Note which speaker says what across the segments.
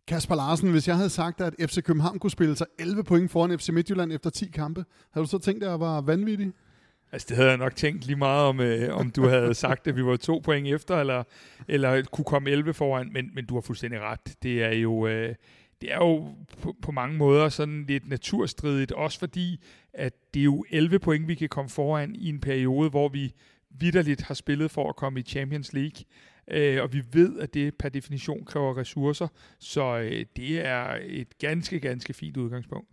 Speaker 1: Kasper Larsen, hvis jeg havde sagt, at FC København kunne spille sig 11 point foran FC Midtjylland efter 10 kampe, havde du så tænkt, at jeg var vanvittig?
Speaker 2: Altså, det havde jeg nok tænkt lige meget om du havde sagt, at vi var 2 point efter, eller kunne komme 11 foran, men du har fuldstændig ret. Det er jo på mange måder sådan lidt naturstridigt, også fordi, at det er jo 11 point, vi kan komme foran i en periode, hvor vi vitterligt har spillet for at komme i Champions League. Og vi ved, at det per definition kræver ressourcer, så det er et ganske, ganske fint udgangspunkt.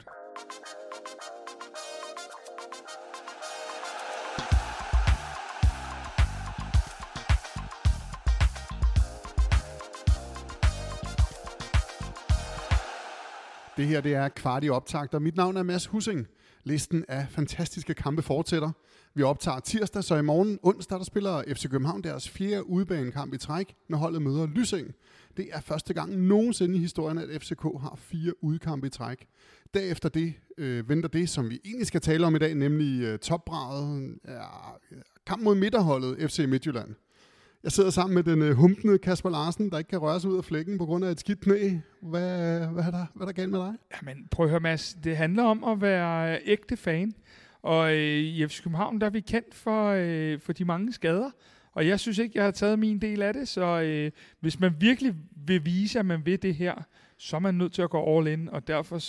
Speaker 1: Det her, det er kvart i optakt, og mit navn er Mads Hussing. Listen af fantastiske kampe fortsætter. Vi optager tirsdag, så i morgen onsdag, der spiller FC København deres 4. udebanekamp i træk, når holdet møder Lysing. Det er første gang nogensinde i historien, at FCK har 4 udekampe i træk. Derefter det venter det, som vi egentlig skal tale om i dag, nemlig topbraget, kamp mod midterholdet FC Midtjylland. Jeg sidder sammen med den humpende Kasper Larsen, der ikke kan røre sig ud af flækken på grund af et skidt knæ. Hvad er der galt med dig?
Speaker 2: Jamen, prøv at høre, Mads. Det handler om at være ægte fan. Og i FC København, der er vi kendt for de mange skader. Og jeg synes ikke, jeg har taget min del af det. Så hvis man virkelig vil vise, at man vil det her, så er man nødt til at gå all in. Og derfor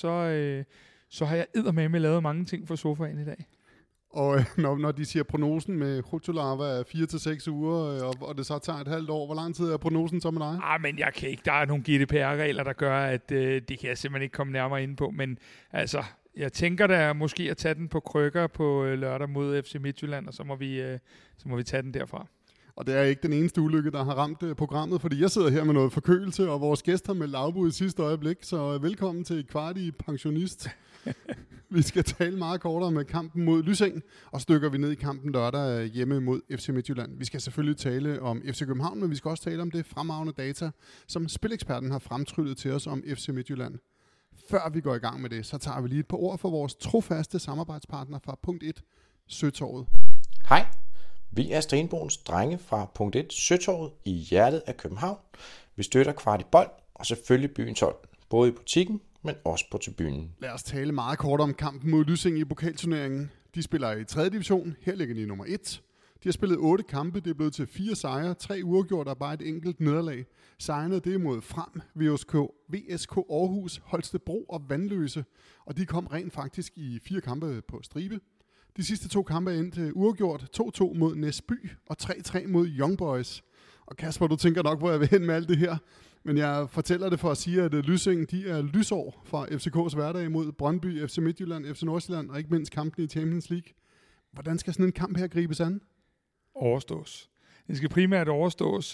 Speaker 2: så har jeg eddermame lavet mange ting for sofaen i dag.
Speaker 1: Og når de siger prognosen med Hutulava 4 til 6 uger, og det så tager et halvt år, hvor lang tid er prognosen så med dig?
Speaker 2: Men jeg kan ikke. Der er nogle GDPR-regler, der gør, at det kan jeg simpelthen ikke komme nærmere ind på. Men altså, jeg tænker da måske at tage den på krykker på lørdag mod FC Midtjylland, og så må vi tage den derfra.
Speaker 1: Og det er ikke den eneste ulykke, der har ramt programmet, fordi jeg sidder her med noget forkølelse, og vores gæst har meldt afbud i sidste øjeblik, så velkommen til Kvart i Pensionist. Vi skal tale meget kortere med kampen mod Lysing, og stykker vi ned i kampen lørdag hjemme mod FC Midtjylland. Vi skal selvfølgelig tale om FC København, men vi skal også tale om det fremragende data, som Spileksperten har fremtryllet til os om FC Midtjylland. Før vi går i gang med det, så tager vi lige et par ord for vores trofaste samarbejdspartner fra Punkt 1, Søtorvet.
Speaker 3: Hej, vi er Stenbogens drenge fra Punkt 1, Søtorvet i hjertet af København. Vi støtter Kvart i Bold og selvfølgelig byens hold, både i butikken, men også på tribunen.
Speaker 1: Lad os tale meget kort om kampen mod Lysing i pokalturneringen. De spiller i 3. division, her ligger de nummer 1. De har spillet 8 kampe, det er blevet til 4 sejre, 3 uafgjort og bare et enkelt nederlag. Sejrene det er mod Frem, VSK Aarhus, Holstebro og Vandløse, og de kom rent faktisk i 4 kampe på stribe. De sidste 2 kampe er endt uafgjort, 2-2 mod Næsby og 3-3 mod Young Boys. Og Kasper, du tænker nok, hvor jeg vil hen med alt det her. Men jeg fortæller det for at sige, at Lysing de er lysår fra FCK's hverdag mod Brøndby, FC Midtjylland, FC Nordsjælland og ikke mindst kampen i Champions League. Hvordan skal sådan en kamp her gribes an?
Speaker 2: Overstås. Det skal primært overstås.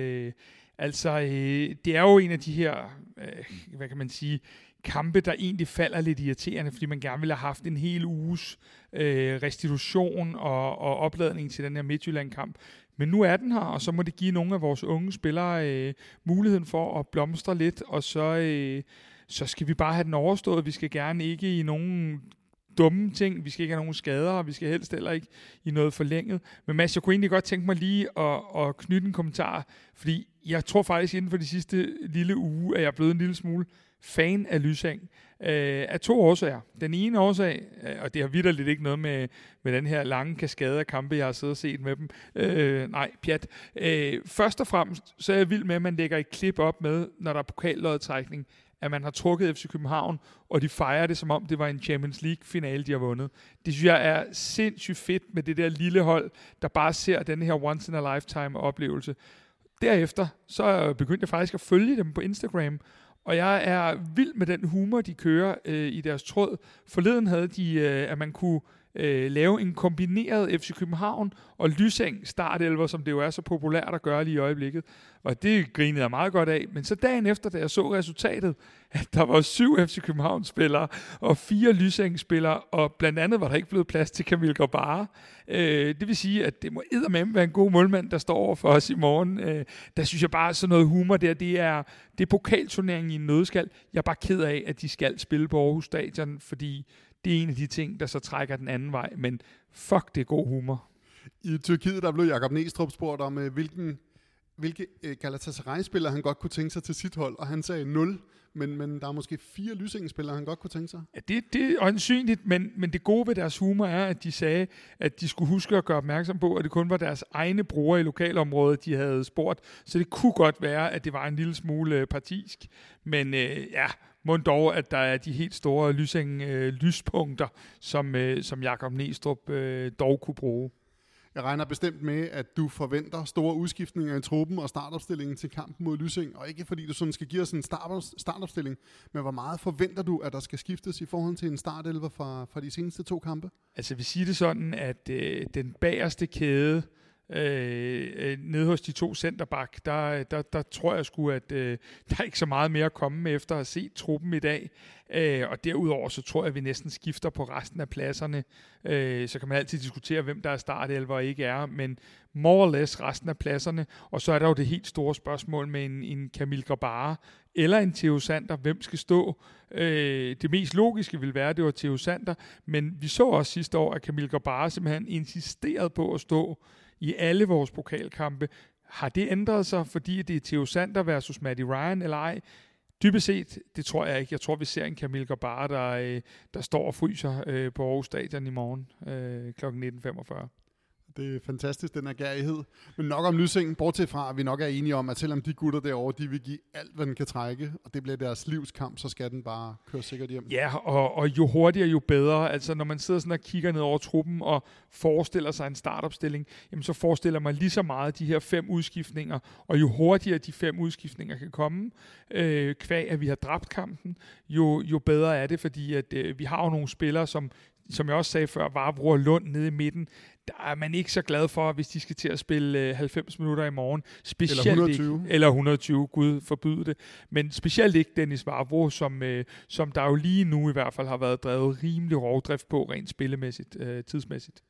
Speaker 2: Det er jo en af de her, hvad kan man sige, kampe, der egentlig falder lidt irriterende, fordi man gerne ville have haft en hel uges restitution og opladning til den her Midtjylland-kamp. Men nu er den her, og så må det give nogle af vores unge spillere muligheden for at blomstre lidt, og så skal vi bare have den overstået. Vi skal gerne ikke i nogen dumme ting, vi skal ikke have nogen skader, og vi skal helst heller ikke i noget forlænget. Men Mads, jeg kunne egentlig godt tænke mig lige at knytte en kommentar, fordi jeg tror faktisk inden for de sidste lille uge, at jeg er blevet en lille smule fan af Lysing, af 2 årsager. Den ene årsag, og det har vitterligt ikke noget med den her lange kaskade af kampe, jeg har siddet og set med dem. Pjat. Først og fremmest, så er jeg vild med, at man lægger et klip op med, når der er pokallodtrækning, at man har trukket FC København, og de fejrer det, som om det var en Champions League-finale, de har vundet. Det synes jeg er sindssygt fedt med det der lille hold, der bare ser den her once-in-a-lifetime-oplevelse. Derefter, så begyndte jeg faktisk at følge dem på Instagram, og jeg er vild med den humor, de kører i deres tråd. Forleden havde de, at man kunne lave en kombineret FC København og Lysing startelver, som det jo er så populært at gøre lige i øjeblikket. Og det grinede jeg meget godt af. Men så dagen efter, da jeg så resultatet, at der var 7 FC København-spillere og 4 Lysing-spillere, og blandt andet var der ikke blevet plads til Camille Grabara. Det vil sige, at det må eddermame være en god målmand, der står over for os i morgen. Der synes jeg bare, sådan noget humor der, det er pokalturneringen i en nødskal. Jeg er bare ked af, at de skal spille på Aarhus Stadion, fordi det er en af de ting, der så trækker den anden vej. Men fuck, det er god humor.
Speaker 1: I Tyrkiet, der blev Jakob Næstrup spurgt om, hvilke Galatasaray-spillere han godt kunne tænke sig til sit hold, og han sagde 0. men der er måske 4 Lysingen-spillere, han godt kunne tænke sig.
Speaker 2: Ja, det er øjensynligt, men det gode ved deres humor er, at de sagde, at de skulle huske at gøre opmærksom på, at det kun var deres egne brugere i lokalområdet, de havde spurgt. Så det kunne godt være, at det var en lille smule partisk. Men må dog, at der er de helt store lyspunkter, som Jakob Næstrup dog kunne bruge.
Speaker 1: Jeg regner bestemt med, at du forventer store udskiftninger i truppen og startopstillingen til kampen mod Lysing, og ikke fordi du sådan skal give os en startopstilling, men hvor meget forventer du, at der skal skiftes i forhold til en startelver fra de seneste 2 kampe?
Speaker 2: Altså vi siger det sådan, at den bagerste kæde nede hos de 2 centerback, der tror jeg sgu, at der er ikke så meget mere at komme med efter at have set truppen i dag. Og derudover så tror jeg, at vi næsten skifter på resten af pladserne. Så kan man altid diskutere, hvem der er startelver og ikke er, men more or less resten af pladserne. Og så er der jo det helt store spørgsmål med en Kamil Grabara eller en Theo Sander. Hvem skal stå? Det mest logiske vil være, at det var Theo Sander, men vi så også sidste år, at Kamil Grabara simpelthen insisterede på at stå i alle vores pokalkampe. Har det ændret sig, fordi det er Theo Sander versus Matty Ryan, eller ej? Dybest set, det tror jeg ikke. Jeg tror, vi ser en Kamil Grabara, der står og fryser på Aarhus Stadion i morgen kl. 19.45.
Speaker 1: Det er fantastisk, den agerighed. Men nok om Lysingen, bortset fra, at vi nok er enige om, at selvom de gutter derovre, de vil give alt, hvad den kan trække, og det bliver deres livskamp, så skal den bare køre sikkert hjem.
Speaker 2: Ja, og jo hurtigere, jo bedre. Altså, når man sidder sådan og kigger ned over truppen og forestiller sig en startopstilling, jamen, så forestiller man lige så meget de her 5 udskiftninger, og jo hurtigere de 5 udskiftninger kan komme, kvæg at vi har dræbt kampen, jo bedre er det, fordi at, vi har jo nogle spillere, som jeg også sagde før, Vavro og Lund nede i midten, der er man ikke så glad for, hvis de skal til at spille 90 minutter i morgen. Specielt
Speaker 1: eller 120.
Speaker 2: Ikke, eller 120, Gud forbyde det. Men specielt ikke Dennis Vavro, som der jo lige nu i hvert fald har været drevet rimelig rovdrift på, rent spillemæssigt, tidsmæssigt.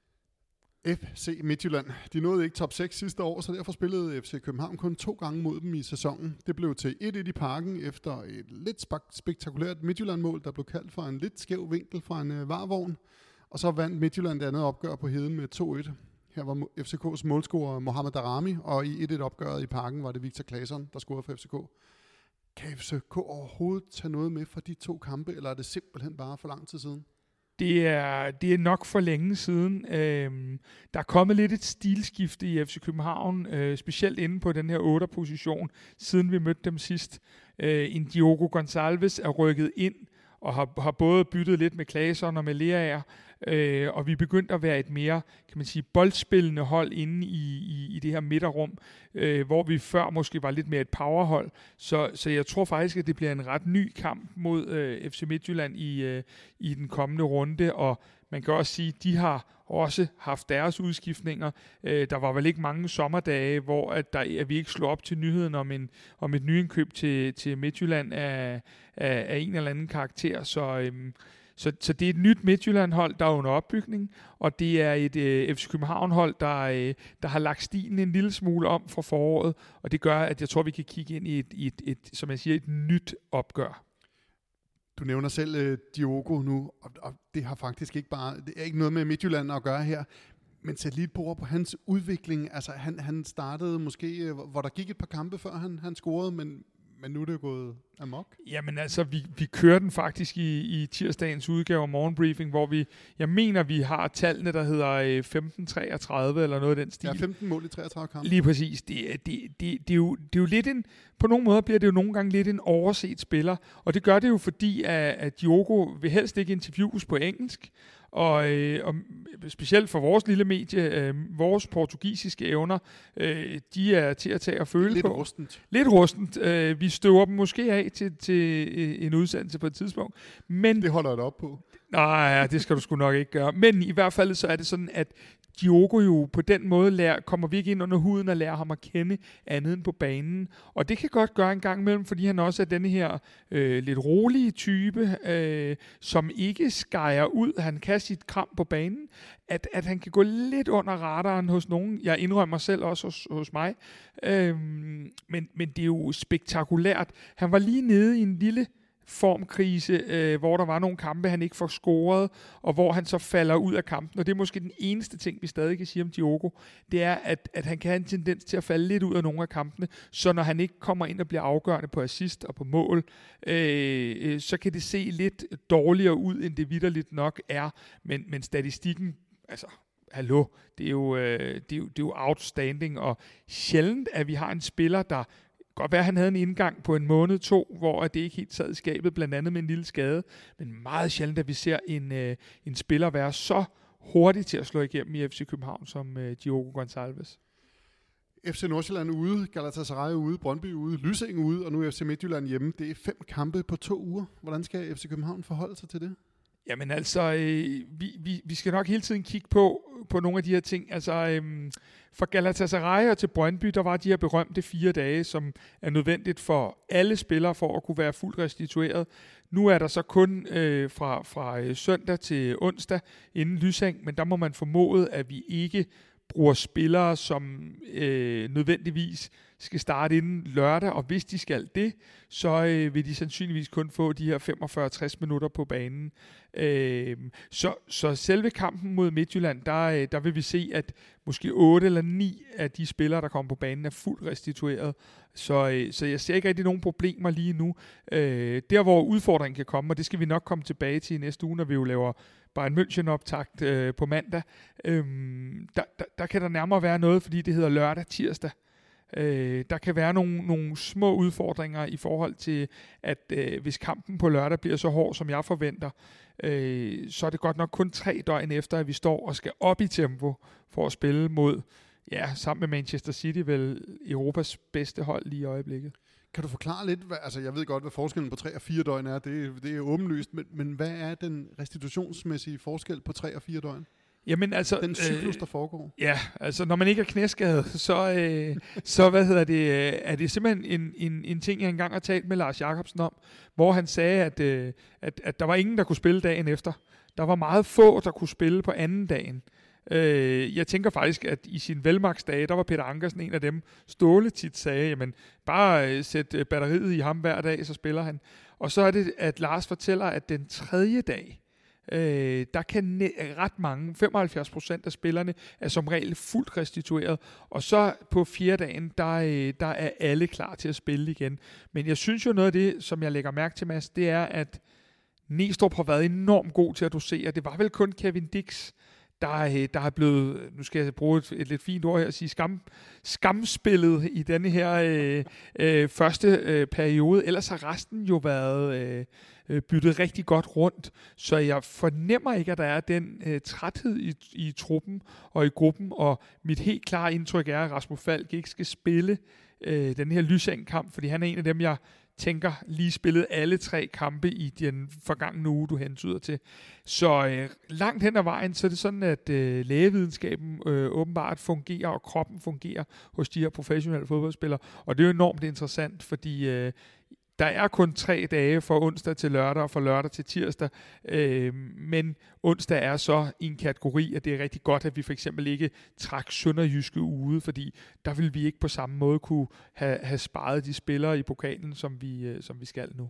Speaker 1: FC Midtjylland. De nåede ikke top 6 sidste år, så derfor spillede FC København kun 2 gange mod dem i sæsonen. Det blev til 1-1 i Parken efter et lidt spektakulært Midtjylland-mål, der blev kaldt for en lidt skæv vinkel fra en varevogn. Og så vandt Midtjylland det andet opgør på heden med 2-1. Her var FCK's målscorer Mohamed Darami, og i 1-1-opgøret i Parken var det Victor Claesson, der scorede for FCK. Kan FCK overhovedet tage noget med fra de 2 kampe, eller er det simpelthen bare for lang tid siden?
Speaker 2: Det er nok for længe siden. Der er kommet lidt et stilskifte i FC København, specielt inde på den her 8'er-position, siden vi mødte dem sidst. En Diogo Gonçalves er rykket ind, og har både byttet lidt med Claesson og med Leaer, og vi er begyndt at være et mere, kan man sige, boldspillende hold inde i det her midterrum, hvor vi før måske var lidt mere et powerhold. Så jeg tror faktisk, at det bliver en ret ny kamp mod FC Midtjylland i den kommende runde, og man kan også sige, at de har også haft deres udskiftninger. Der var vel ikke mange sommerdage, hvor at vi ikke slog op til nyheden om et nyindkøb til Midtjylland af en eller anden karakter. Så det er et nyt Midtjylland-hold, der er under opbygning, og det er et FC København-hold, der har lagt stilen en lille smule om fra foråret, og det gør, at jeg tror, vi kan kigge ind i et som jeg siger, et nyt opgør.
Speaker 1: Du nævner selv Diogo nu, og det har faktisk ikke bare, det er ikke noget med Midtjylland at gøre her, men sæt lige et på hans udvikling. Altså han startede måske, hvor der gik et par kampe før han scorede, men nu er det jo gået amok.
Speaker 2: Jamen altså, vi kører den faktisk i tirsdagens udgave af morgenbriefing, hvor jeg mener, vi har tallene, der hedder 15-33 eller noget af den stil.
Speaker 1: Ja, 15 mål i 33 kampe.
Speaker 2: Lige præcis. Det er jo lidt på nogle måder bliver det jo nogle gange lidt en overset spiller, og det gør det jo fordi, at Diogo vil helst ikke interviews på engelsk, og specielt for vores lille medie, vores portugisiske evner, de er til at tage og føle
Speaker 1: lidt
Speaker 2: på.
Speaker 1: Rustent.
Speaker 2: Lidt rustent. Vi støver dem måske af til en udsendelse på et tidspunkt. Men
Speaker 1: det holder jeg op på.
Speaker 2: Nej, det skal du sgu nok ikke gøre. Men i hvert fald så er det sådan, at Diogo jo på den måde kommer vi ikke ind under huden og lærer ham at kende andet end på banen. Og det kan godt gøre en gang imellem, fordi han også er denne her lidt rolige type, som ikke skærer ud. Han kan sit kram på banen. At han kan gå lidt under radaren hos nogen. Jeg indrømmer selv også hos mig. Men det er jo spektakulært. Han var lige nede i en lille formkrise, hvor der var nogle kampe, han ikke får scoret, og hvor han så falder ud af kampen. Og det er måske den eneste ting, vi stadig kan sige om Diogo, det er, at han kan have en tendens til at falde lidt ud af nogle af kampene, så når han ikke kommer ind og bliver afgørende på assist og på mål, så kan det se lidt dårligere ud, end det vitterligt nok er. Men statistikken, altså, hallo, det er jo outstanding, og sjældent, at vi har en spiller, der godt være, at han havde en indgang på en måned, 2, hvor det ikke helt sad i skabet, blandt andet med en lille skade, men meget sjældent, at vi ser en spiller være så hurtig til at slå igennem i FC København som Diogo Gonçalves.
Speaker 1: FC Nordsjælland ude, Galatasaray ude, Brøndby ude, Lysing ude, og nu FC Midtjylland hjemme. Det er 5 kampe på 2 uger. Hvordan skal FC København forholde sig til det?
Speaker 2: Jamen altså, vi skal nok hele tiden kigge på nogle af de her ting. Altså, fra Galatasaray og til Brøndby, der var de her berømte 4 dage, som er nødvendigt for alle spillere for at kunne være fuldt restitueret. Nu er der så kun fra søndag til onsdag inden Lysing, men der må man formode, at vi ikke bruger spillere, som nødvendigvis skal starte inden lørdag, og hvis de skal det, så vil de sandsynligvis kun få de her 45-60 minutter på banen. Så selve kampen mod Midtjylland, der vil vi se, at måske 8 eller 9 af de spillere, der kommer på banen, er fuldt restitueret. Så jeg ser ikke rigtig nogen problemer lige nu. Der, hvor udfordringen kan komme, og det skal vi nok komme tilbage til i næste uge, når vi jo laver Bayern München-optakt på mandag, der kan der nærmere være noget, fordi det hedder lørdag-tirsdag. Der kan være nogle små udfordringer i forhold til, at hvis kampen på lørdag bliver så hård, som jeg forventer, så er det godt nok kun 3 døgn efter, at vi står og skal op i tempo for at spille mod, sammen med Manchester City, vel Europas bedste hold lige i øjeblikket.
Speaker 1: Kan du forklare lidt, altså jeg ved godt, hvad forskellen på 3 og 4 døgn er, det er åbenlyst, men hvad er den restitutionsmæssige forskel på 3 og 4 døgn?
Speaker 2: Jamen altså,
Speaker 1: den cyklus, der foregår.
Speaker 2: Ja, altså når man ikke er knæskadet, så er det simpelthen en ting, jeg engang har talt med Lars Jacobsen om, hvor han sagde, at der var ingen, der kunne spille dagen efter. Der var meget få, der kunne spille på anden dagen. Jeg tænker faktisk, at i sin velmagtsdage, der var Peter Ankersen en af dem, Ståle tit sagde, jamen bare sæt batteriet i ham hver dag, så spiller han. Og så er det, at Lars fortæller, at den 3. dag, der kan ret mange, 75% af spillerne er som regel fuldt restitueret, og så på 4. dagen, der er alle klar til at spille igen. Men jeg synes jo noget af det, som jeg lægger mærke til, Mads, det er, at Næstrup har været enormt god til at dosere. Det var vel kun Kevin Dix, der er blevet, nu skal jeg bruge et lidt fint ord her, at sige skamspillet i denne her første periode. Ellers har resten jo været byttet rigtig godt rundt, så jeg fornemmer ikke, at der er den træthed i truppen og i gruppen, og mit helt klare indtryk er, at Rasmus Falk ikke skal spille den her Lysing-kamp, fordi han er en af dem, jeg tænker lige spillet alle 3 kampe i den forgangne uge, du hentyder til. Så langt hen ad vejen, så er det sådan, at lægevidenskaben åbenbart fungerer, og kroppen fungerer hos de her professionelle fodboldspillere. Og det er jo enormt interessant, fordi der er kun 3 dage fra onsdag til lørdag, og fra lørdag til tirsdag. Men onsdag er så i en kategori, at det er rigtig godt, at vi for eksempel ikke trak Sønderjyske ude, fordi der vil vi ikke på samme måde kunne have sparet de spillere i pokalen, som vi skal nu.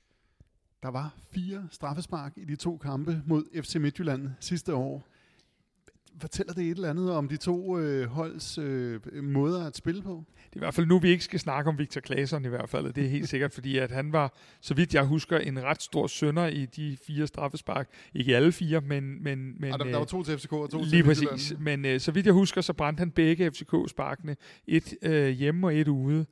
Speaker 1: Der var 4 straffespark i de 2 kampe mod FC Midtjylland sidste år. Fortæller det et eller andet om de 2 holds måder at spille på?
Speaker 2: Det er i hvert fald nu, vi ikke skal snakke om Victor Claesson i hvert fald. Det er helt sikkert, fordi at han var, så vidt jeg husker, en ret stor synder i de 4 straffespark. Ikke alle 4, men
Speaker 1: der var 2 til FCK og 2 til
Speaker 2: lige præcis. Men så vidt jeg husker, så brændte han begge FCK-sparkene. Et hjemme og et ude.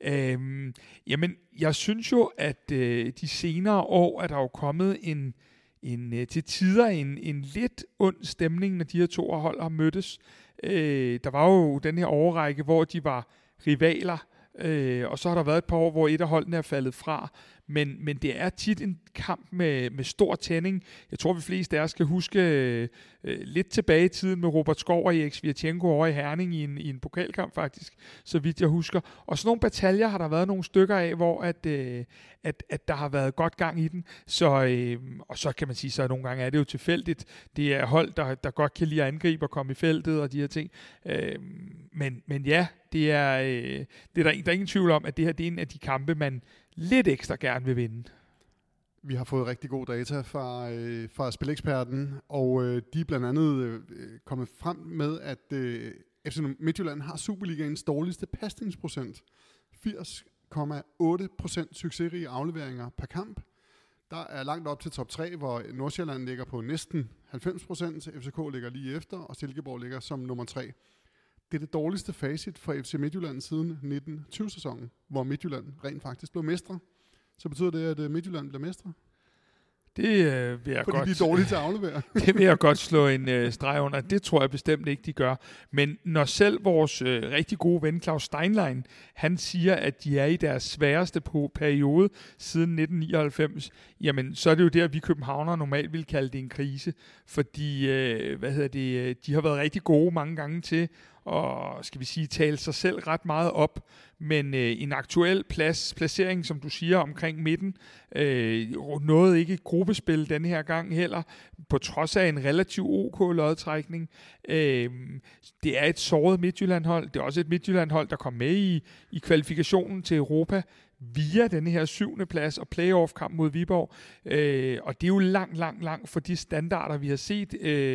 Speaker 2: Jamen, jeg synes jo, at de senere år er der jo kommet til tider en lidt ond stemning, når de her 2 hold har mødtes. Der var jo den her årrække, hvor de var rivaler, og så har der været et par år, hvor et af holdene er faldet fra. Men det er tit en kamp med stor tænding. Jeg tror, vi fleste af os skal huske lidt tilbage i tiden med Robert Skov og Erik Svirchenko over i Herning i en pokalkamp faktisk, så vidt jeg husker. Og sådan nogle bataljer har der været nogle stykker af, hvor at der har været godt gang i den. Og så kan man sige, så nogle gange er det jo tilfældigt. Det er hold, der godt kan lide at angribe og komme i feltet og de her ting. Men ja, det er der er ingen tvivl om, at det her det er en af de kampe, man lidt ekstra gerne vil vinde.
Speaker 1: Vi har fået rigtig god data fra Spileksperten, og de er blandt andet kommet frem med, at FC Midtjylland har Superligaens dårligste pasningsprocent. 80,8% succesrige afleveringer per kamp. Der er langt op til top 3, hvor Nordsjælland ligger på næsten 90%, FCK ligger lige efter, og Silkeborg ligger som nummer 3. Det er det dårligste facit for FC Midtjylland siden 1920-sæsonen, hvor Midtjylland rent faktisk blev mestre. Så betyder det, at Midtjylland bliver mestre?
Speaker 2: Det vil jeg
Speaker 1: Fordi
Speaker 2: godt,
Speaker 1: de er dårlige til at aflevere.
Speaker 2: Det vil jeg godt slå en streg under. Det tror jeg bestemt ikke, de gør. Men når selv vores rigtig gode ven Claus Steinlein, han siger, at de er i deres sværeste periode siden 1999, jamen så er det jo der, vi københavnere normalt vil kalde det en krise. Fordi de har været rigtig gode mange gange til og skal vi sige, tale sig selv ret meget op, men en aktuel placering, som du siger, omkring midten, nåede ikke gruppespil denne her gang heller, på trods af en relativ OK lodtrækning. Det er et såret Midtjylland-hold, det er også et Midtjylland-hold, der kom med i kvalifikationen til Europa, via denne her 7. plads og playoff-kamp mod Viborg. Og det er jo langt for de standarder, vi har set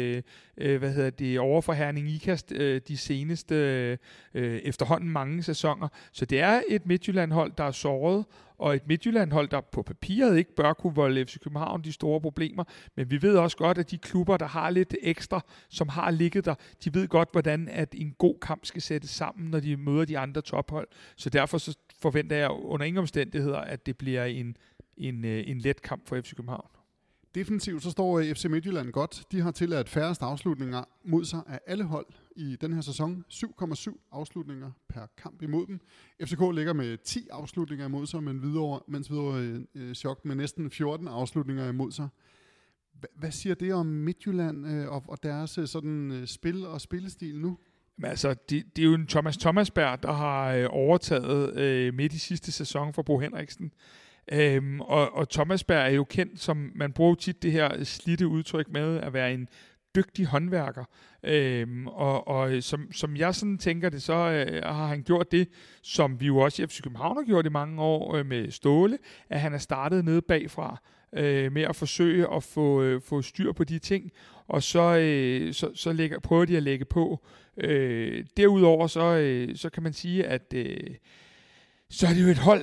Speaker 2: over for Herning Ikast de seneste efterhånden mange sæsoner. Så det er et Midtjylland-hold, der er såret, og et Midtjylland-hold, der på papiret ikke bør kunne volde FC København de store problemer. Men vi ved også godt, at de klubber, der har lidt ekstra, som har ligget der, de ved godt, hvordan at en god kamp skal sættes sammen, når de møder de andre tophold. Så derfor så forventer jeg under ingen omstændigheder, at det bliver en let kamp for FC København.
Speaker 1: Definitivt så står FC Midtjylland godt. De har tilladt færrest afslutninger mod sig af alle hold i den her sæson. 7,7 afslutninger per kamp imod dem. FCK ligger med 10 afslutninger imod sig, mens Hvidovre chok med næsten 14 afslutninger imod sig. Hvad siger det om Midtjylland og deres sådan spil og spillestil nu?
Speaker 2: Men altså, det er jo en Thomasberg, der har overtaget midt i sidste sæson for Bo Henriksen. Og Thomasberg er jo kendt som, man bruger tit det her slidte udtryk med at være en dygtig håndværker. Som jeg sådan tænker det, så har han gjort det, som vi jo også i FC København har gjort i mange år med Ståle, at han er startet nede bagfra med at forsøge at få styr på de ting, og så prøver de at lægge på. Derudover så kan man sige, at så er det jo et hold,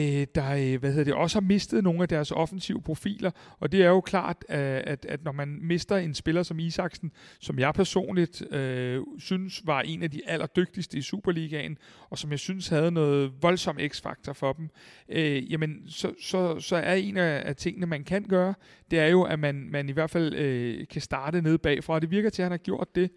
Speaker 2: der også har mistet nogle af deres offensive profiler, og det er jo klart, at når man mister en spiller som Isaksen, som jeg personligt synes var en af de allerdygtigste i Superligaen, og som jeg synes havde noget voldsom x-faktor for dem, jamen så er en af tingene, man kan gøre, det er jo, at man i hvert fald kan starte nede bagfra, og det virker til, at han har gjort det,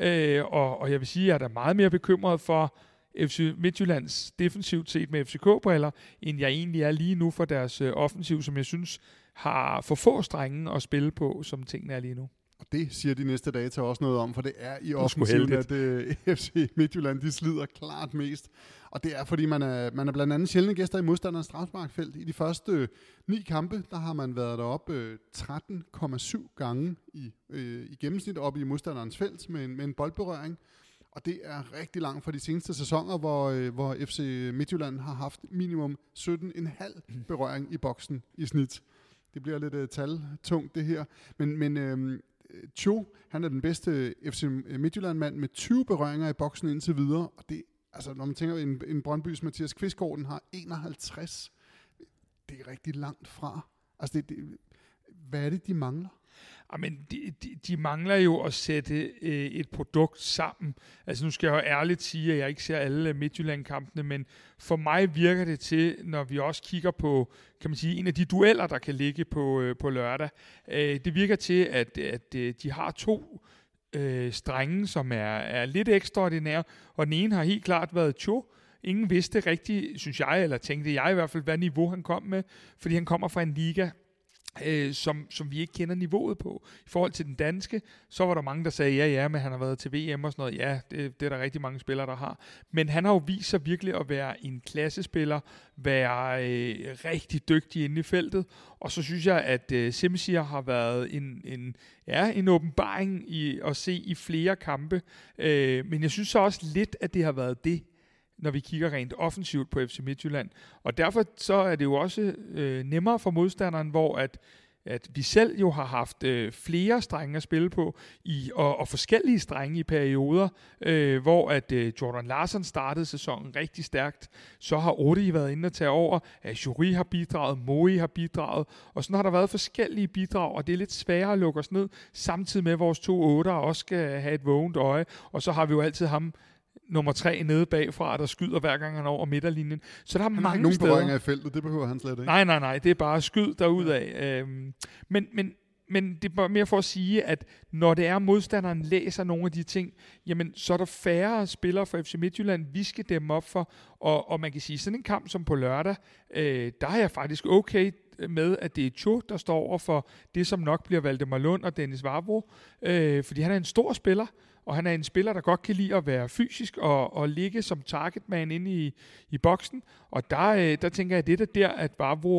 Speaker 2: og jeg vil sige, at jeg er meget mere bekymret for FC Midtjyllands defensivt set med FCK-briller, end jeg egentlig er lige nu for deres offensiv, som jeg synes har for få strenge at spille på, som tingene er lige nu.
Speaker 1: Og det siger de næste data også noget om, for det er i offensiven, at FC Midtjylland de slider klart mest. Og det er, fordi man er blandt andet sjældne gæster i modstanderens strafsparkfelt. I de første 9 kampe, der har man været deroppe 13,7 gange i gennemsnit op i modstanderens felt med en boldberøring. Og det er rigtig langt fra de seneste sæsoner, hvor FC Midtjylland har haft minimum 17,5 berøring i boksen i snit. Det bliver lidt taltungt det her. Men Cho, han er den bedste FC Midtjylland-mand med 20 berøringer i boksen indtil videre. Og det, altså, når man tænker, en Brøndbys Mathias Kvistgaard, den har 51. Det er rigtig langt fra. Altså, hvad er det, de mangler?
Speaker 2: Men de mangler jo at sætte et produkt sammen. Altså nu skal jeg jo ærligt sige, at jeg ikke ser alle Midtjylland-kampene, men for mig virker det til, når vi også kigger på, kan man sige, en af de dueller, der kan ligge på lørdag. Det virker til, at de har 2 strenge, som er lidt ekstraordinære, og den ene har helt klart været Cho. Ingen vidste rigtigt, synes jeg, eller tænkte jeg i hvert fald, hvad niveau han kom med, fordi han kommer fra en liga, som vi ikke kender niveauet på. I forhold til den danske, så var der mange, der sagde, ja, men han har været til VM og sådan noget. Ja, det er der rigtig mange spillere, der har. Men han har jo vist sig virkelig at være en klassespiller, være rigtig dygtig inde i feltet. Og så synes jeg, at Simsier har været en åbenbaring i at se i flere kampe. Men jeg synes så også lidt, at det har været det. når vi kigger rent offensivt på FC Midtjylland. Og derfor så er det jo også nemmere for modstanderen, hvor at vi selv jo har haft flere strenge at spille på, og forskellige strenge i perioder, hvor at Jordan Larsson startede sæsonen rigtig stærkt. Så har Odi været inde og tage over, Achouri har bidraget, Moi har bidraget, og sådan har der været forskellige bidrag, og det er lidt sværere at lukke os ned, samtidig med at vores 2 8'ere også skal have et vågent øje, og så har vi jo altid ham nummer 3 nede bagfra, der skyder hver gang han over midterlinjen. Så der er mange
Speaker 1: nogle
Speaker 2: steder.
Speaker 1: berøringer i feltet, det behøver han slet ikke.
Speaker 2: Nej, det er bare skyd derudad. Men det er mere for at sige, at når det er, modstanderen læser nogle af de ting, jamen så er der færre spillere fra FC Midtjylland, vi skal dæmme op for. Og man kan sige, sådan en kamp som på lørdag, der er jeg faktisk okay med, at det er Cho, der står over for det, som nok bliver Valdemar Lund og Dennis Vavro. Fordi han er en stor spiller, og han er en spiller, der godt kan lide at være fysisk og ligge som targetman inde i boksen. Og der tænker jeg, det der, at Vavro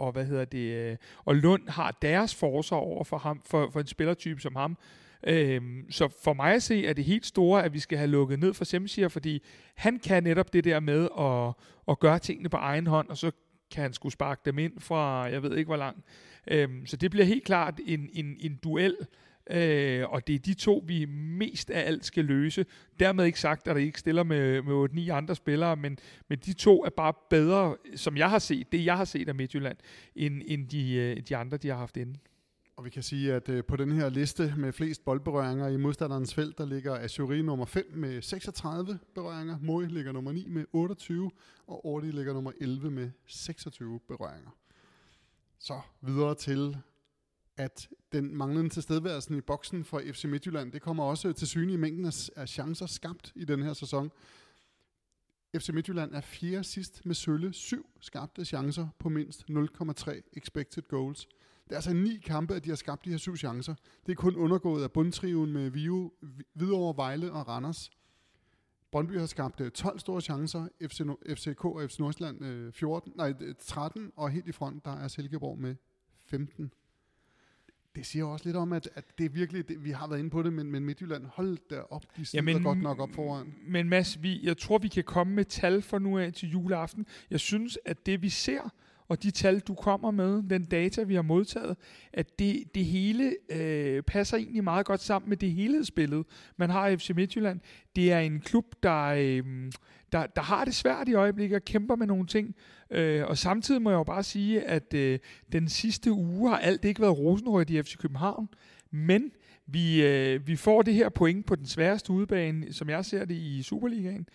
Speaker 2: og Lund har deres forsvar over for ham, for en spillertype som ham. Så for mig at se, er det helt store, at vi skal have lukket ned for Semsier, fordi han kan netop det der med at gøre tingene på egen hånd, og så kan han skulle sparke dem ind fra, jeg ved ikke hvor langt. Så det bliver helt klart en duel, og det er de to, vi mest af alt skal løse. Dermed ikke sagt, at der ikke stiller med 8-9 andre spillere, men de to er bare bedre, som jeg har set, det jeg har set af Midtjylland, end de andre, de har haft inde.
Speaker 1: Og vi kan sige, at på den her liste med flest boldberøringer i modstanderens felt, der ligger Achouri nummer 5 med 36 berøringer, Moi ligger nummer 9 med 28, og Ordi ligger nummer 11 med 26 berøringer. Så videre til, at den manglende tilstedeværelsen i boksen for FC Midtjylland, det kommer også til syne i mængden af chancer skabt i den her sæson. FC Midtjylland er 4. sidst med sølle 7 skabte chancer på mindst 0,3 expected goals. Det er altså 9 kampe, at de har skabt de her 7 chancer. Det er kun undergået af bundtriven med Vive, Hvidovre, Vejle og Randers. Brøndby har skabt 12 store chancer, FCK og FC Nordsjælland 13, og helt i front, der er Silkeborg med 15. Det siger også lidt om, at det er virkelig, vi har været inde på det, men Midtjylland, hold da op, de sidder godt nok op foran.
Speaker 2: Men Mads, jeg tror, vi kan komme med tal fra nu af til juleaften. Jeg synes, at det vi ser, og de tal, du kommer med, den data, vi har modtaget, at det hele passer egentlig meget godt sammen med det helhedsbillede, man har i FC Midtjylland. Det er en klub, der har det svært i øjeblikket og kæmper med nogle ting. Og samtidig må jeg jo bare sige, at den sidste uge har alt ikke været rosenrødt i FC København, men vi får det her point på den sværeste udebane, som jeg ser det i Superligaen.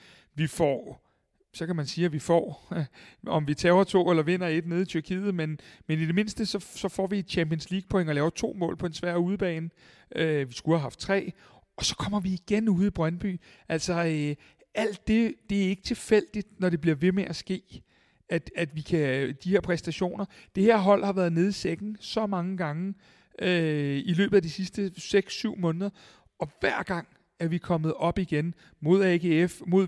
Speaker 2: Så kan man sige, at vi får, om vi tager 2 eller vinder 1 nede i Tyrkiet, men i det mindste, så får vi et Champions League point og laver 2 mål på en svær udebane. Vi skulle have haft 3, og så kommer vi igen ude i Brøndby. Altså, alt det er ikke tilfældigt, når det bliver ved med at ske, at vi kan, de her præstationer. Det her hold har været nede i sækken så mange gange i løbet af de sidste 6-7 måneder, og hver gang er vi kommet op igen mod AGF, mod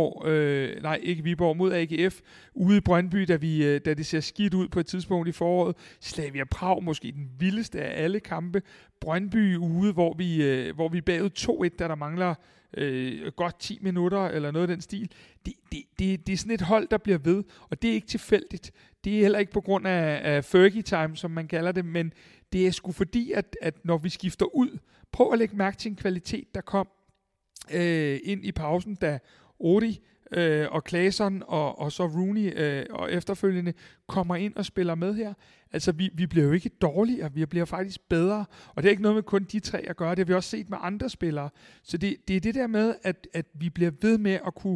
Speaker 2: Viborg, mod AGF, ude i Brøndby, da det ser skidt ud på et tidspunkt i foråret. Slavia Prag, måske den vildeste af alle kampe. Brøndby ude, hvor vi er bagud 2-1, da der mangler godt 10 minutter, eller noget af den stil. Det er sådan et hold, der bliver ved, og det er ikke tilfældigt. Det er heller ikke på grund af Fergie time, som man kalder det, men det er sgu fordi, at når vi skifter ud, prøv at lægge mærke til en kvalitet, der kom ind i pausen, da Odi og Claesson og så Rooney og efterfølgende kommer ind og spiller med her. Altså, vi bliver jo ikke dårligere, vi bliver faktisk bedre, og det er ikke noget med kun de 3 at gøre, det har vi også set med andre spillere. Så det er det der med, at vi bliver ved med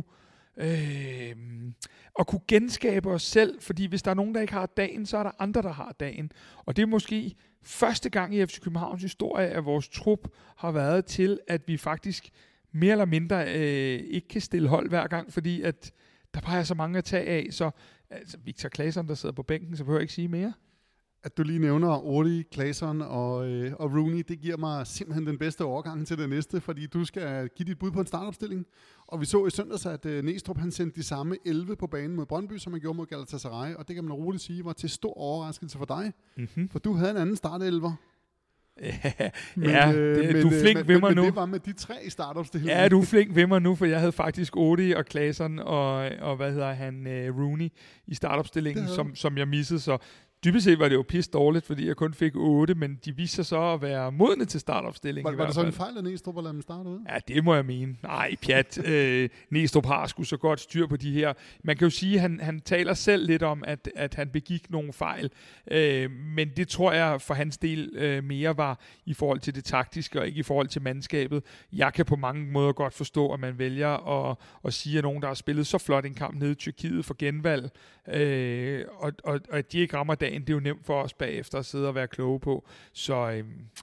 Speaker 2: at kunne genskabe os selv, fordi hvis der er nogen, der ikke har dagen, så er der andre, der har dagen. Og det er måske første gang i FC Københavns historie, at vores trup har været til, at vi faktisk mere eller mindre ikke kan stille hold hver gang, fordi at der bare er så mange at tage af. Så altså, Victor Claesson, der sidder på bænken, så behøver jeg ikke sige mere.
Speaker 1: At du lige nævner Odi, Claesson og Rooney, det giver mig simpelthen den bedste overgang til det næste, fordi du skal give dit bud på en startopstilling. Og vi så i søndags, at Næstrup han sendte de samme 11 på banen mod Brøndby, som han gjorde mod Galatasaray, og det kan man roligt sige var til stor overraskelse for dig, for du havde en anden startelver.
Speaker 2: Du er flink ved mig nu.
Speaker 1: Men det var med de 3 startopstillinger.
Speaker 2: Ja, du er flink ved mig nu, for jeg havde faktisk Odi og Claesson og Rooney i startopstillingen, som jeg missede, så dybest set var det jo pisse dårligt, fordi jeg kun fik 8, men de viste sig så at være modne til startopstillingen.
Speaker 1: Var det sådan en fejl, at Næstrup lade dem starte ud?
Speaker 2: Ja, det må jeg mene. Nej, pjat. Næstrup har sgu så godt styr på de her. Man kan jo sige, at han taler selv lidt om, at han begik nogle fejl, men det tror jeg for hans del mere var i forhold til det taktiske, og ikke i forhold til mandskabet. Jeg kan på mange måder godt forstå, at man vælger at sige, at nogen, der har spillet så flot en kamp nede i Tyrkiet for genvalg, og at de ikke rammer dagen, det er jo nemt for os bagefter at sidde og være kloge på. Så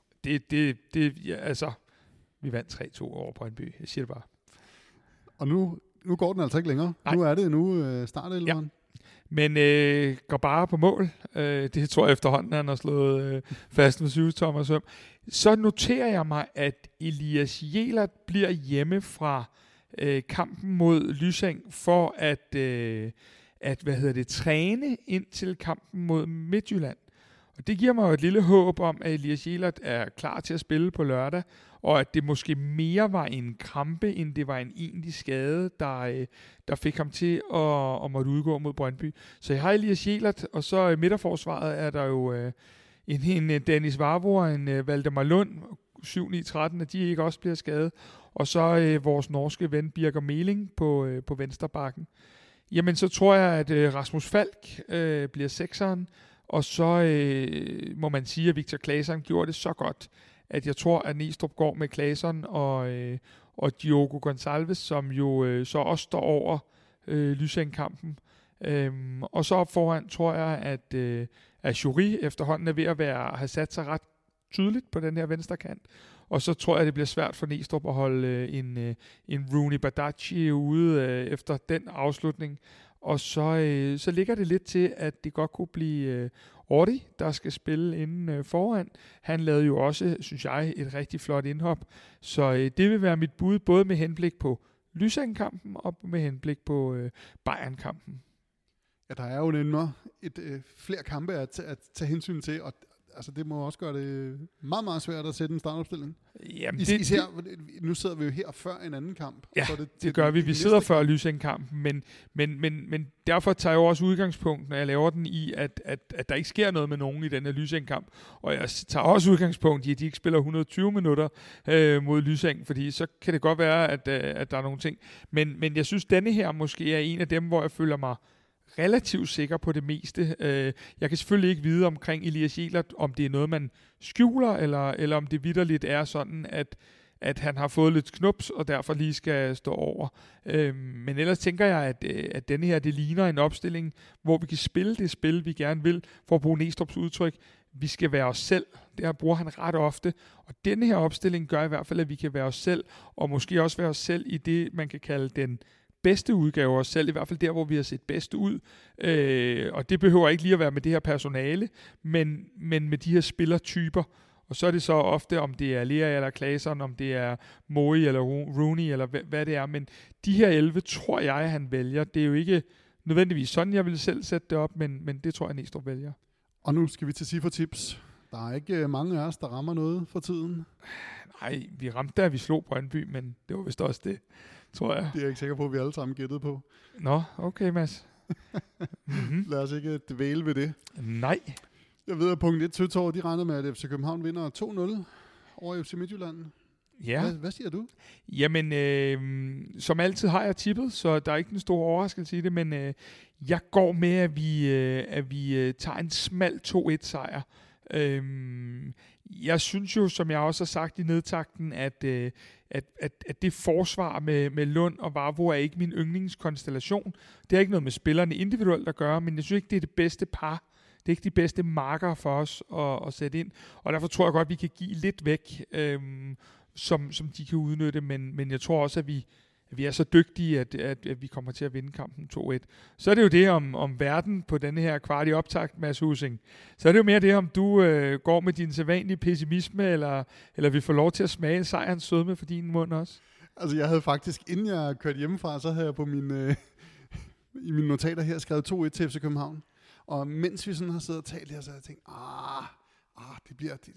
Speaker 2: vi vandt 3-2 over Brøndby. Jeg siger det bare.
Speaker 1: Og nu går den altså ikke længere. Nej. Nu er det startelveren.
Speaker 2: Ja. Men går bare på mål. Det tror jeg efterhånden, han har slået fast med 7-tommer søm. Så noterer jeg mig, at Elias Jelert bliver hjemme fra kampen mod Lysing for at træne ind til kampen mod Midtjylland. Og det giver mig jo et lille håb om, at Elias Jelert er klar til at spille på lørdag, og at det måske mere var en krampe, end det var en egentlig skade, der fik ham til at måtte udgå mod Brøndby. Så jeg har Elias Jelert, og så i midterforsvaret er der jo en Dennis Vavro og en Valdemar Lund, 7-9-13, at de ikke også bliver skadet. Og så vores norske ven Birger Meling på venstrebakken. Jamen, så tror jeg, at Rasmus Falk bliver sekseren, og så må man sige, at Victor Claesson gjorde det så godt, at jeg tror, at Næstrup går med Claesson og Diogo Gonçalves, som jo så også står over Lysing-kampen. Og så op foran tror jeg, at Jury efterhånden er ved at have sat sig ret tydeligt på den her venstre kant. Og så tror jeg, det bliver svært for Næstrup at holde en Rooney Badaci ude efter den afslutning. Og så ligger det lidt til, at det godt kunne blive Ordi, der skal spille inden foran. Han lavede jo også, synes jeg, et rigtig flot indhop. Så det vil være mit bud, både med henblik på Lysing-kampen og med henblik på Bayern-kampen.
Speaker 1: Ja, der er jo nemmere flere kampe at tage hensyn til, og altså, det må også gøre det meget, meget svært at sætte en startopstilling.
Speaker 2: Jamen,
Speaker 1: nu sidder vi jo her før en anden kamp.
Speaker 2: Ja,
Speaker 1: så
Speaker 2: det gør vi. Vi sidder før Lysing-kampen, men derfor tager jeg jo også udgangspunkt, når jeg laver den i, at der ikke sker noget med nogen i den her Lysing-kamp. Og jeg tager også udgangspunkt i, at de ikke spiller 120 minutter mod Lysing, fordi så kan det godt være, at der er nogle ting. Men jeg synes, denne her måske er en af dem, hvor jeg føler mig relativt sikker på det meste. Jeg kan selvfølgelig ikke vide omkring Elias Jelert, om det er noget, man skjuler, eller om det vitterligt er sådan, at han har fået lidt knups, og derfor lige skal stå over. Men ellers tænker jeg, at denne her, det ligner en opstilling, hvor vi kan spille det spil, vi gerne vil, for at bruge Næstrups udtryk. Vi skal være os selv. Det her bruger han ret ofte. Og denne her opstilling gør i hvert fald, at vi kan være os selv, og måske også være os selv i det, man kan kalde den bedste udgave af os selv, i hvert fald der, hvor vi har set bedste ud. Og det behøver ikke lige at være med det her personale, men med de her spillertyper. Og så er det så ofte, om det er Lea eller Claesson, om det er Moi eller Rooney, eller hvad det er. Men de her 11, tror jeg, han vælger. Det er jo ikke nødvendigvis sådan, jeg vil selv sætte det op, men det tror jeg, Næstrup vælger. Og
Speaker 1: nu skal vi til Cifre-tips. Der er ikke mange af os, der rammer noget for tiden.
Speaker 2: Nej, vi ramte da, vi slog Brøndby, men det var vist også det, tror jeg.
Speaker 1: Det er jeg ikke sikker på, at vi alle sammen gættede på.
Speaker 2: Nå, okay, Mads.
Speaker 1: Lad os ikke dvæle ved det.
Speaker 2: Nej.
Speaker 1: Jeg ved, at punkt 1 Søtorv, de regner med, at FC København vinder 2-0 over FC Midtjylland.
Speaker 2: Ja.
Speaker 1: Hvad siger du?
Speaker 2: Jamen, som altid har jeg tippet, så der er ikke en stor overraskelse i det, men jeg går med, at vi tager en smal 2-1-sejr. Jeg synes jo, som jeg også har sagt i nedtakten, at det forsvar med Lund og Vavro er ikke min yndlingskonstellation. Det har ikke noget med spillerne individuelt at gøre, men jeg synes ikke, det er det bedste par. Det er ikke de bedste marker for os at sætte ind, og derfor tror jeg godt, at vi kan give lidt væk, som de kan udnytte, men jeg tror også, at vi er så dygtige, at vi kommer til at vinde kampen 2-1. Så er det jo det om verden på denne her kvart i optakt, Mads Husing. Så er det jo mere det, om du går med din sædvanlige pessimisme, eller vi får lov til at smage sejrens sødme for din mund også.
Speaker 1: Altså jeg havde faktisk, inden jeg kørte hjemmefra, så havde jeg på i mine notater her skrevet 2-1 til FC København. Og mens vi sådan har siddet og talt her, så har jeg tænkt,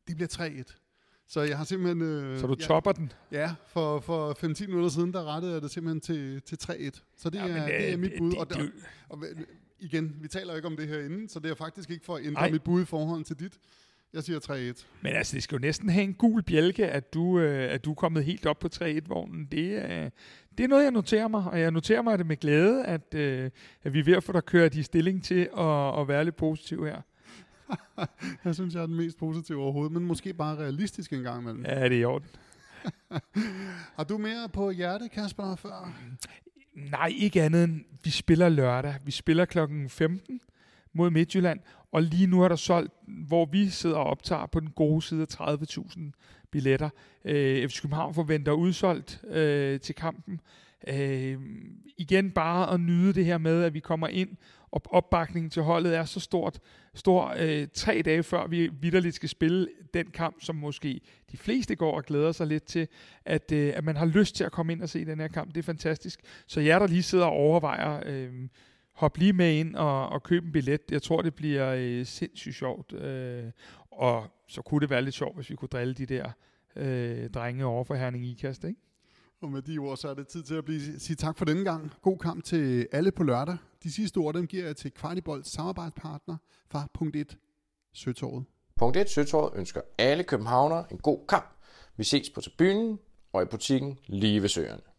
Speaker 1: Det bliver 3-1. Så jeg har simpelthen...
Speaker 2: Så du topper den?
Speaker 1: Ja, for 5-10 minutter siden, der rettede jeg det simpelthen til 3-1. Så det er mit bud. Og igen, vi taler ikke om det her inden, så det er faktisk ikke for at ændre mit bud i forhold til dit. Jeg siger 3-1. Men
Speaker 2: altså, det skal jo næsten have en gul bjælke, at du er kommet helt op på 3-1-vognen. Det er noget, jeg noterer mig, og jeg noterer mig det med glæde, at vi er ved at få dig kørt i stilling til at være lidt positiv her.
Speaker 1: Jeg synes, jeg er den mest positive overhovedet, men måske bare realistisk en gang imellem.
Speaker 2: Ja, det er i orden.
Speaker 1: Har du mere på hjerte, Kasper, før?
Speaker 2: Nej, ikke andet end, vi spiller lørdag. Vi spiller klokken 15 mod Midtjylland, og lige nu er der solgt, hvor vi sidder og optager på den gode side af 30.000 billetter. FC København forventer udsolgt til kampen. Igen bare at nyde det her med, at vi kommer ind, og opbakningen til holdet er så stor 3 dage før vi vitterligt skal spille den kamp, som måske de fleste går og glæder sig lidt til, at man har lyst til at komme ind og se den her kamp. Det er fantastisk. Så jer, der lige sidder og overvejer, hop lige med ind og køb en billet. Jeg tror, det bliver sindssygt sjovt. Og så kunne det være lidt sjovt, hvis vi kunne drille de der drenge over for Herning Ikast, ikke?
Speaker 1: Og med de ord, så er det tid til at sige tak for denne gang. God kamp til alle på lørdag. De sidste ord, dem giver jeg til Kvartibolds samarbejdspartner fra Punkt 1 Søtorvet.
Speaker 3: Punkt 1 Søtorvet ønsker alle københavnere en god kamp. Vi ses på tribunen og i butikken lige ved Søerne.